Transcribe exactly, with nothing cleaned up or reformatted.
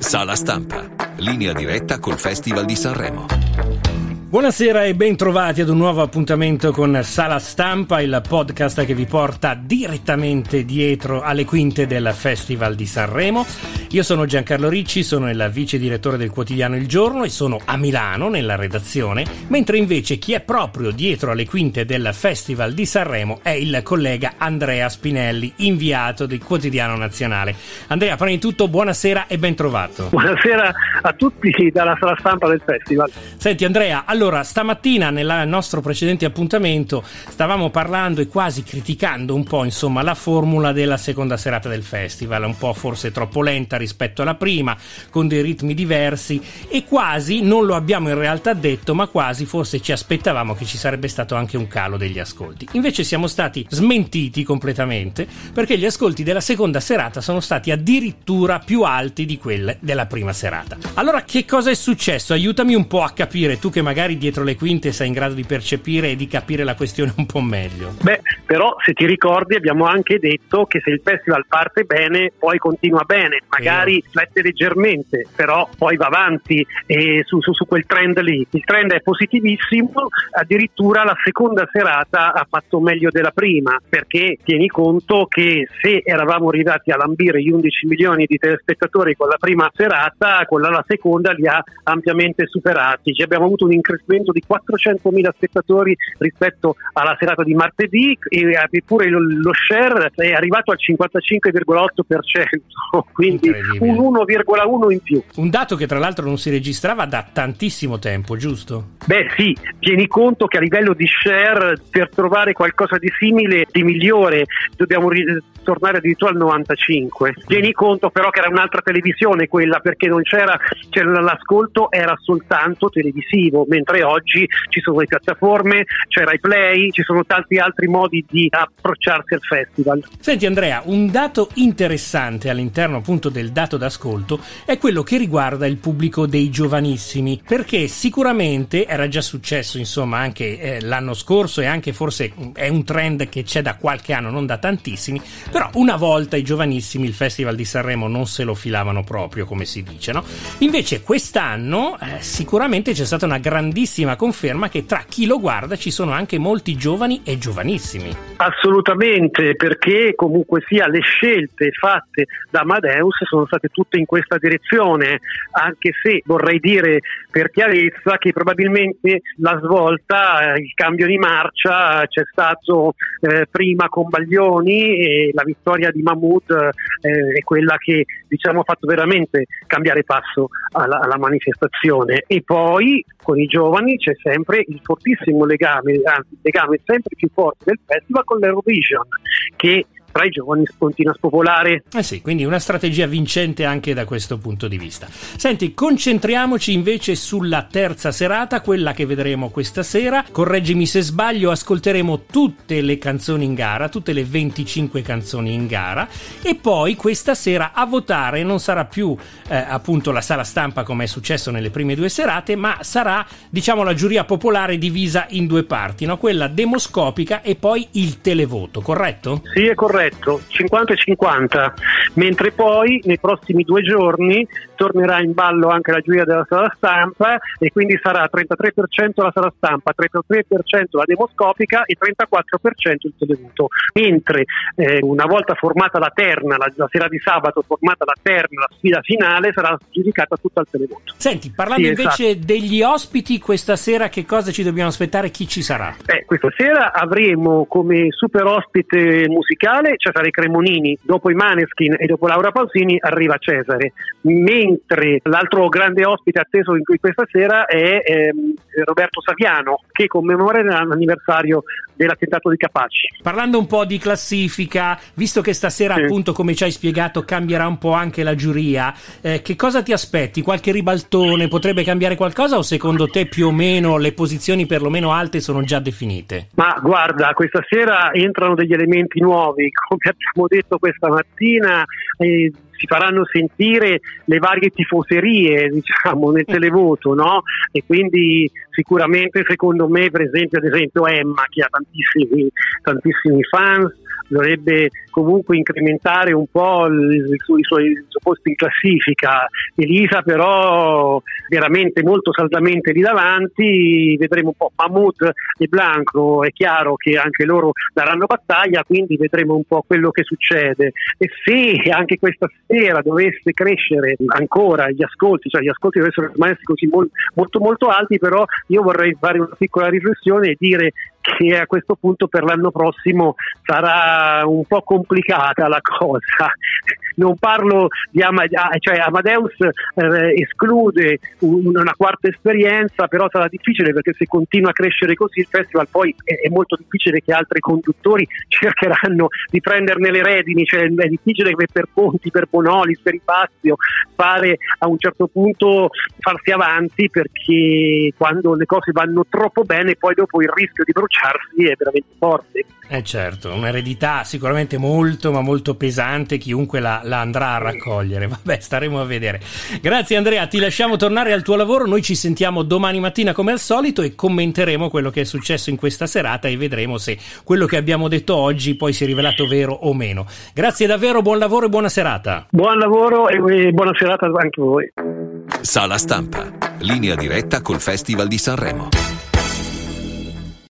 Sala Stampa, linea diretta col Festival di Sanremo. Buonasera e ben trovati ad un nuovo appuntamento con Sala Stampa, il podcast che vi porta direttamente dietro alle quinte del Festival di Sanremo. Io sono Giancarlo Ricci, sono il vice direttore del quotidiano Il Giorno e sono a Milano nella redazione, mentre invece chi è proprio dietro alle quinte del Festival di Sanremo è il collega Andrea Spinelli, inviato del quotidiano nazionale. Andrea, prima di tutto buonasera e ben trovato. Buonasera a tutti dalla Sala Stampa del Festival. Senti Andrea, allora Allora, stamattina nel nostro precedente appuntamento stavamo parlando e quasi criticando un po', insomma, la formula della seconda serata del festival, un po' forse troppo lenta rispetto alla prima, con dei ritmi diversi e quasi, non lo abbiamo in realtà detto, ma quasi forse ci aspettavamo che ci sarebbe stato anche un calo degli ascolti. Invece siamo stati smentiti completamente perché gli ascolti della seconda serata sono stati addirittura più alti di quelli della prima serata. Allora, che cosa è successo? Aiutami un po' a capire, tu che magari dietro le quinte sei in grado di percepire e di capire la questione un po' meglio. Beh, però se ti ricordi abbiamo anche detto che se il festival parte bene poi continua bene, magari flette leggermente, però poi va avanti e su, su, su quel trend lì. Il trend è positivissimo, addirittura la seconda serata ha fatto meglio della prima, perché tieni conto che se eravamo arrivati a lambire gli undici milioni di telespettatori con la prima serata, con la, la seconda li ha ampiamente superati. Ci abbiamo avuto un incremento di quattrocentomila spettatori rispetto alla serata di martedì e eppure lo share è arrivato al cinquantacinque virgola otto per cento, quindi un uno virgola uno in più. Un dato che tra l'altro non si registrava da tantissimo tempo, giusto? Beh sì, tieni conto che a livello di share per trovare qualcosa di simile, di migliore, dobbiamo ri- tornare addirittura al novantacinque. Tieni conto però che era un'altra televisione quella, perché non c'era, c'era l'ascolto era soltanto televisivo, mentre oggi ci sono le piattaforme, c'è Rai Play, ci sono tanti altri modi di approcciarsi al festival. Senti Andrea, un dato interessante all'interno appunto del dato d'ascolto è quello che riguarda il pubblico dei giovanissimi, perché sicuramente era già successo insomma anche eh, l'anno scorso e anche forse è un trend che c'è da qualche anno, non da tantissimi, però una volta i giovanissimi il Festival di Sanremo non se lo filavano proprio, come si dice, no? Invece quest'anno eh, sicuramente c'è stata una grandissima conferma che tra chi lo guarda ci sono anche molti giovani e giovanissimi. Assolutamente, perché comunque sia le scelte fatte da Amadeus sono state tutte in questa direzione, anche se vorrei dire per chiarezza che probabilmente la svolta, il cambio di marcia c'è stato eh, prima con Baglioni e la vittoria di Mahmood eh, è quella che diciamo ha fatto veramente cambiare passo alla, alla manifestazione, e poi con i giovani c'è sempre il fortissimo legame, anzi il legame sempre più forte del festival con l'Eurovision, che tra i giovani continua a spopolare. Eh sì, quindi una strategia vincente anche da questo punto di vista. Senti, concentriamoci invece sulla terza serata, quella che vedremo questa sera. Correggimi se sbaglio, ascolteremo tutte le canzoni in gara, tutte le venticinque canzoni in gara, e poi questa sera a votare non sarà più eh, appunto la Sala Stampa come è successo nelle prime due serate, ma sarà diciamo la giuria popolare divisa in due parti, no? Quella demoscopica e poi il televoto, corretto? Sì, è corretto. cinquanta e cinquanta, mentre poi nei prossimi due giorni tornerà in ballo anche la giuria della Sala Stampa e quindi sarà trentatré per cento la Sala Stampa, trentatré per cento la demoscopica e trentaquattro per cento il televoto, mentre eh, una volta formata la terna, la, la sera di sabato formata la terna, la sfida finale sarà giudicata tutta al televoto. Senti, parlando sì, invece esatto. degli ospiti, questa sera che cosa ci dobbiamo aspettare, chi ci sarà? Eh, questa sera avremo come super ospite musicale Cesare Cremonini, dopo i Maneskin e dopo Laura Pausini arriva Cesare, mentre l'altro grande ospite atteso in questa sera è ehm, Roberto Saviano, che commemora l'anniversario dell'attentato di Capaci. Parlando un po' di classifica, visto che stasera sì. appunto come ci hai spiegato cambierà un po' anche la giuria, eh, che cosa ti aspetti? Qualche ribaltone? Potrebbe cambiare qualcosa o secondo te più o meno le posizioni perlomeno alte sono già definite? Ma guarda, questa sera entrano degli elementi nuovi, come abbiamo detto questa mattina, eh, si faranno sentire le varie tifoserie, diciamo, nel televoto, no? E quindi sicuramente, secondo me, per esempio, ad esempio Emma, che ha tantissimi, tantissimi fans, dovrebbe comunque incrementare un po' il, il suo, i, suoi, il suo posto in classifica. Elisa però veramente molto saldamente lì davanti, vedremo un po' Mahmood e Blanco, è chiaro che anche loro daranno battaglia, quindi vedremo un po' quello che succede. E se anche questa sera dovesse crescere ancora gli ascolti, cioè gli ascolti dovessero rimanere così mol, molto molto alti, però io vorrei fare una piccola riflessione e dire che a questo punto per l'anno prossimo sarà un po' complicata la cosa. Non parlo di Amadeus, cioè Amadeus eh, esclude un, una quarta esperienza, però sarà difficile, perché se continua a crescere così il festival poi è, è molto difficile che altri conduttori cercheranno di prenderne le redini, cioè è difficile che per Ponti, per Bonolis, per Ipazio fare a un certo punto farsi avanti, perché quando le cose vanno troppo bene poi dopo il rischio di bruciarsi è veramente forte. Eh certo, un'eredità sicuramente molto ma molto pesante, chiunque la, la andrà a raccogliere. Vabbè, staremo a vedere. Grazie Andrea, ti lasciamo tornare al tuo lavoro, noi ci sentiamo domani mattina come al solito e commenteremo quello che è successo in questa serata e vedremo se quello che abbiamo detto oggi poi si è rivelato vero o meno. Grazie davvero, buon lavoro e buona serata. Buon lavoro e buona serata anche a voi. Sala Stampa, linea diretta col Festival di Sanremo.